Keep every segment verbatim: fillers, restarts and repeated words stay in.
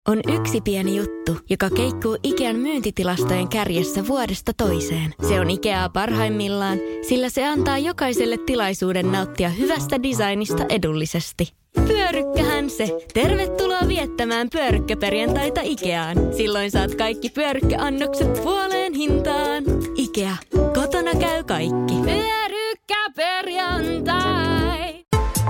On yksi pieni juttu, joka keikkuu Ikean myyntitilastojen kärjessä vuodesta toiseen. Se on Ikeaa parhaimmillaan, sillä se antaa jokaiselle tilaisuuden nauttia hyvästä designista edullisesti. Pyörykkähän se! Tervetuloa viettämään pyörykkäperjantaita Ikeaan. Silloin saat kaikki pyörykkäannokset puoleen hintaan. Ikea. Kotona käy kaikki. Pyörykkäperjantai!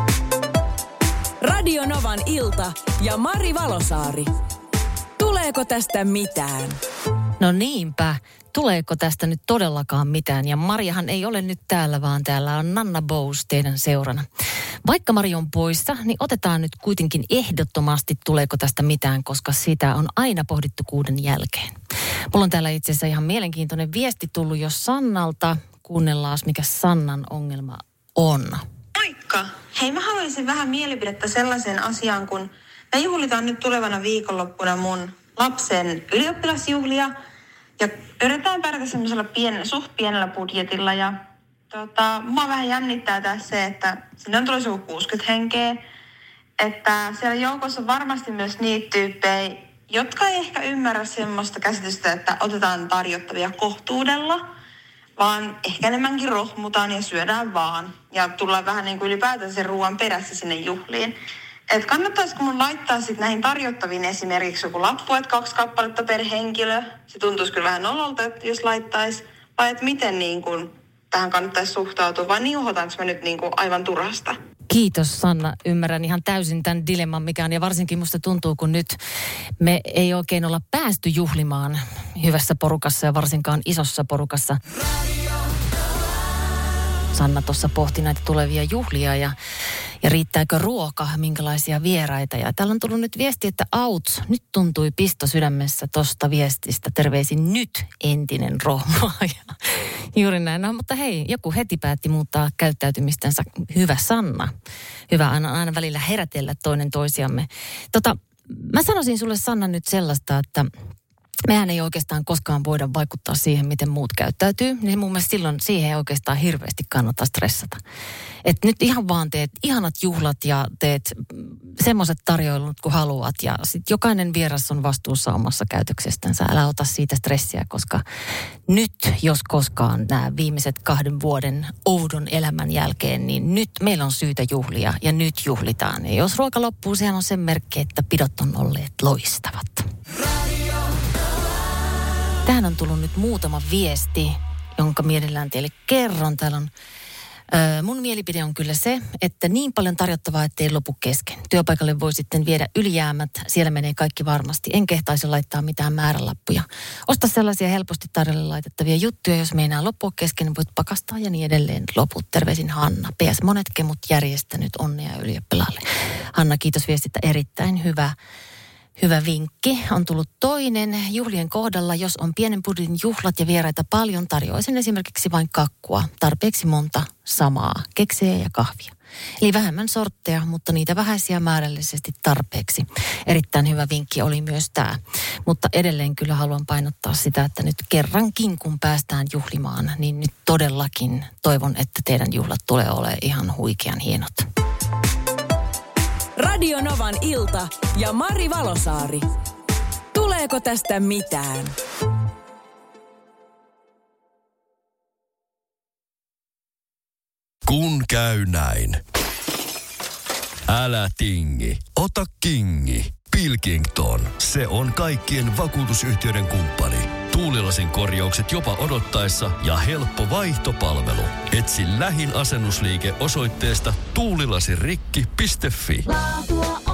Radio Novan ilta ja Mari Valosaari. Tuleeko tästä mitään? No niinpä. Tuleeko tästä nyt todellakaan mitään? Ja Mariahan ei ole nyt täällä, vaan täällä on Nanna Bous teidän seurana. Vaikka Mari on poissa, niin otetaan nyt kuitenkin ehdottomasti tuleeko tästä mitään, koska sitä on aina pohdittu kuuden jälkeen. Mulla on täällä itse asiassa ihan mielenkiintoinen viesti tullut jo Sannalta. Kuunnellaan, mikä Sannan ongelma on. Moikka! Hei, mä haluaisin vähän mielipidettä sellaiseen asiaan, kun me juhlitaan nyt tulevana viikonloppuna mun lapsen ylioppilasjuhlia. Ja yritetään pärjätä semmoisella pien, suht pienellä budjetilla. Ja tota, mua vähän jännittää tässä se, että sinne on tullut joku kuusikymmentä henkeä. Että siellä joukossa on varmasti myös niitä tyyppejä, jotka ei ehkä ymmärrä semmoista käsitystä, että otetaan tarjottavia kohtuudella. Vaan ehkä enemmänkin rohmutaan ja syödään vaan. Ja tullaan vähän niin kuin ylipäätään sen ruoan perässä sinne juhliin. Että kannattaisiko mun laittaa sitten näihin tarjottaviin esimerkiksi joku lappu, että kaksi kappaletta per henkilö. Se tuntuisi kyllä vähän nololta, että jos laittaisi. Vai että miten niin kuin tähän kannattaisi suhtautua. Vai niuhotaanko mä nyt niin kuin aivan turhasta? Kiitos Sanna. Ymmärrän ihan täysin tämän dilemman, mikä on. Ja varsinkin musta tuntuu, kun nyt me ei oikein olla päästy juhlimaan hyvässä porukassa ja varsinkaan isossa porukassa. Sanna tuossa pohti näitä tulevia juhlia ja, ja riittääkö ruoka, minkälaisia vieraita. Ja täällä on tullut nyt viesti, että auts, nyt tuntui pisto sydämessä tosta viestistä. Terveisin nyt entinen rohmaaja. Juuri näin, no, mutta hei, joku heti päätti muuttaa käyttäytymistänsä. Hyvä Sanna. Hyvä aina, aina välillä herätellä toinen toisiamme. Tota, mä sanoisin sulle Sanna nyt sellaista, että mehän ei oikeastaan koskaan voida vaikuttaa siihen, miten muut käyttäytyy. Niin mun mielestä silloin siihen ei oikeastaan hirveästi kannata stressata. Että nyt ihan vaan teet ihanat juhlat ja teet semmoiset tarjoilut kuin haluat. Ja sitten jokainen vieras on vastuussa omassa käytöksestänsä. Älä ota siitä stressiä, koska nyt, jos koskaan nämä viimeiset kahden vuoden oudon elämän jälkeen, niin nyt meillä on syytä juhlia ja nyt juhlitaan. Ja jos ruoka loppuu, sehän on sen merkki, että pidot on olleet loistavat. Tähän on tullut nyt muutama viesti, jonka mielellään teille kerron. Täällä on, ö, mun mielipide on kyllä se, että niin paljon tarjottavaa, ettei lopu kesken. Työpaikalle voi sitten viedä ylijäämät, siellä menee kaikki varmasti. En kehtaisi laittaa mitään määrälappuja. Osta sellaisia helposti tarjolle laitettavia juttuja, jos meinaa loppua kesken, niin voit pakastaa ja niin edelleen. Loput, terveisin Hanna. P S monet kemut järjestänyt, onnea ylioppilaalle. Hanna, kiitos viestistä, erittäin hyvä. Hyvä vinkki. On tullut toinen. Juhlien kohdalla, jos on pienen budjetin juhlat ja vieraita paljon, tarjoaisin esimerkiksi vain kakkua. Tarpeeksi monta samaa, keksejä ja kahvia. Eli vähemmän sortteja, mutta niitä vähäisiä määrällisesti tarpeeksi. Erittäin hyvä vinkki oli myös tämä. Mutta edelleen kyllä haluan painottaa sitä, että nyt kerrankin kun päästään juhlimaan, niin nyt todellakin toivon, että teidän juhlat tulee olemaan ihan huikean hienot. Radio Novan ilta ja Mari Valosaari. Tuleeko tästä mitään? Kun käy näin. Älä tingi, ota kingi. Pilkington, se on kaikkien vakuutusyhtiöiden kumppani. Tuulilasin korjaukset jopa odottaessa ja helppo vaihtopalvelu. Etsi lähin asennusliike osoitteesta tuulilasirikki piste fi. Laatua